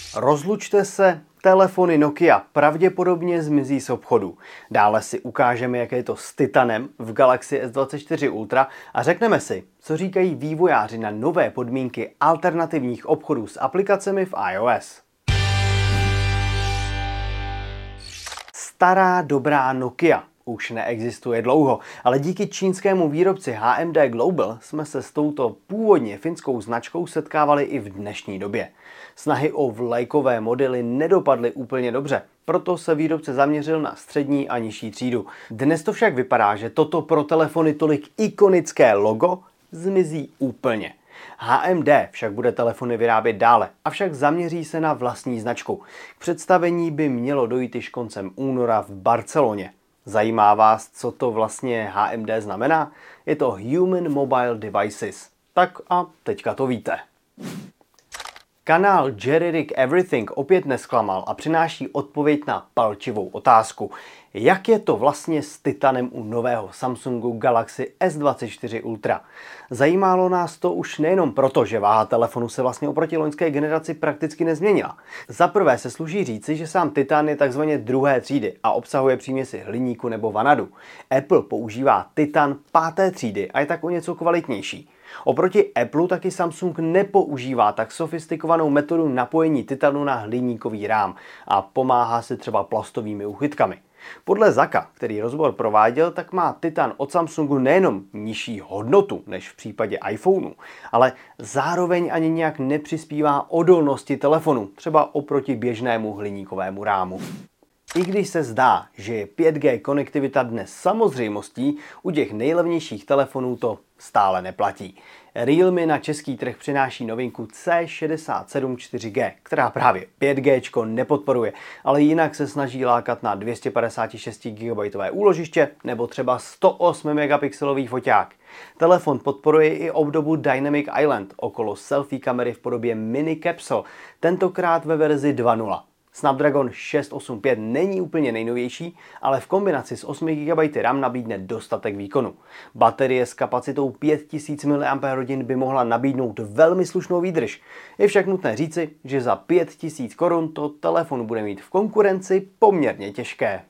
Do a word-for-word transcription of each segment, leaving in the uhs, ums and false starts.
Rozlučte se, telefony Nokia pravděpodobně zmizí z obchodu. Dále si ukážeme, jak je to s Titanem v Galaxy S dvacet čtyři Ultra a řekneme si, co říkají vývojáři na nové podmínky alternativních obchodů s aplikacemi v iOS. Stará dobrá Nokia už neexistuje dlouho, ale díky čínskému výrobci H M D Global jsme se s touto původně finskou značkou setkávali i v dnešní době. Snahy o vlajkové modely nedopadly úplně dobře, proto se výrobce zaměřil na střední a nižší třídu. Dnes to však vypadá, že toto pro telefony tolik ikonické logo zmizí úplně. H M D však bude telefony vyrábět dále, avšak zaměří se na vlastní značku. K představení by mělo dojít již koncem února v Barceloně. Zajímá vás, co to vlastně H M D znamená? Je to Human Mobile Devices. Tak a teďka to víte. Kanál Jerry Rig Everything opět nesklamal a přináší odpověď na palčivou otázku. Jak je to vlastně s Titanem u nového Samsungu Galaxy S dvacet čtyři Ultra? Zajímalo nás to už nejenom proto, že váha telefonu se vlastně oproti loňské generaci prakticky nezměnila. Za prvé se sluší říci, že sám Titan je takzvaně druhé třídy a obsahuje příměsi hliníku nebo vanadu. Apple používá Titan páté třídy a je tak o něco kvalitnější. Oproti Apple taky Samsung nepoužívá tak sofistikovanou metodu napojení titanu na hliníkový rám a pomáhá si třeba plastovými uchytkami. Podle Zaka, který rozbor prováděl, tak má Titan od Samsungu nejenom nižší hodnotu než v případě iPhoneu, ale zároveň ani nějak nepřispívá odolnosti telefonu, třeba oproti běžnému hliníkovému rámu. I když se zdá, že je pět G konektivita dnes samozřejmostí, u těch nejlevnějších telefonů to stále neplatí. Realme na český trh přináší novinku C šedesát sedm čtyři G, která právě pět G nepodporuje, ale jinak se snaží lákat na dvě stě padesát šest gigabajtové úložiště nebo třeba sto osm megapixelový foťák. Telefon podporuje i obdobu Dynamic Island okolo selfie kamery v podobě mini capsule, tentokrát ve verzi dva tečka nula. Snapdragon šest set osmdesát pět není úplně nejnovější, ale v kombinaci s osmi gigabajty RAM nabídne dostatek výkonu. Baterie s kapacitou pět tisíc miliampérhodin by mohla nabídnout velmi slušnou výdrž. Je však nutné říci, že za pět tisíc korun to telefon bude mít v konkurenci poměrně těžké.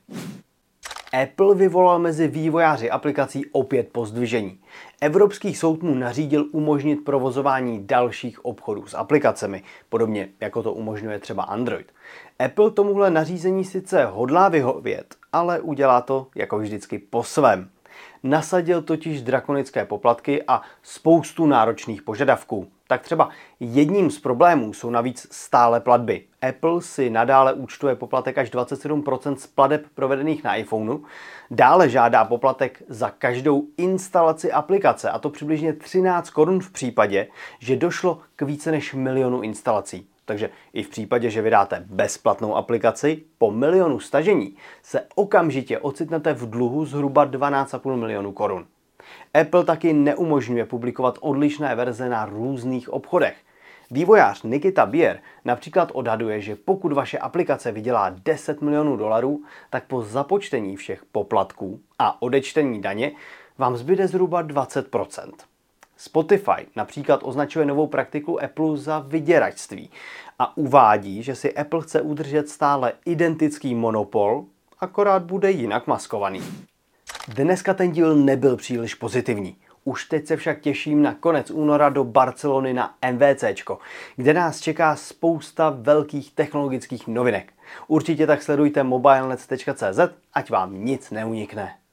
Apple vyvolal mezi vývojáři aplikací opět pozdvižení. Evropský soud mu nařídil umožnit provozování dalších obchodů s aplikacemi, podobně jako to umožňuje třeba Android. Apple tomuhle nařízení sice hodlá vyhovět, ale udělá to jako vždycky po svém. Nasadil totiž drakonické poplatky a spoustu náročných požadavků. Tak třeba jedním z problémů jsou navíc stále platby. Apple si nadále účtuje poplatek až dvacet sedm procent z plateb provedených na iPhoneu. Dále žádá poplatek za každou instalaci aplikace, a to přibližně třináct korun v případě, že došlo k více než milionu instalací. Takže i v případě, že vydáte bezplatnou aplikaci, po milionu stažení se okamžitě ocitnete v dluhu zhruba dvanáct celá pět milionu korun. Apple taky neumožňuje publikovat odlišné verze na různých obchodech. Vývojář Nikita Bier například odhaduje, že pokud vaše aplikace vydělá deset milionů dolarů, tak po započtení všech poplatků a odečtení daně vám zbyde zhruba dvacet procent. Spotify například označuje novou praktiku Apple za vyděračství a uvádí, že si Apple chce udržet stále identický monopol, akorát bude jinak maskovaný. Dneska ten díl nebyl příliš pozitivní. Už teď se však těším na konec února do Barcelony na MWCčko, kde nás čeká spousta velkých technologických novinek. Určitě tak sledujte mobilenet tečka cé zet, ať vám nic neunikne.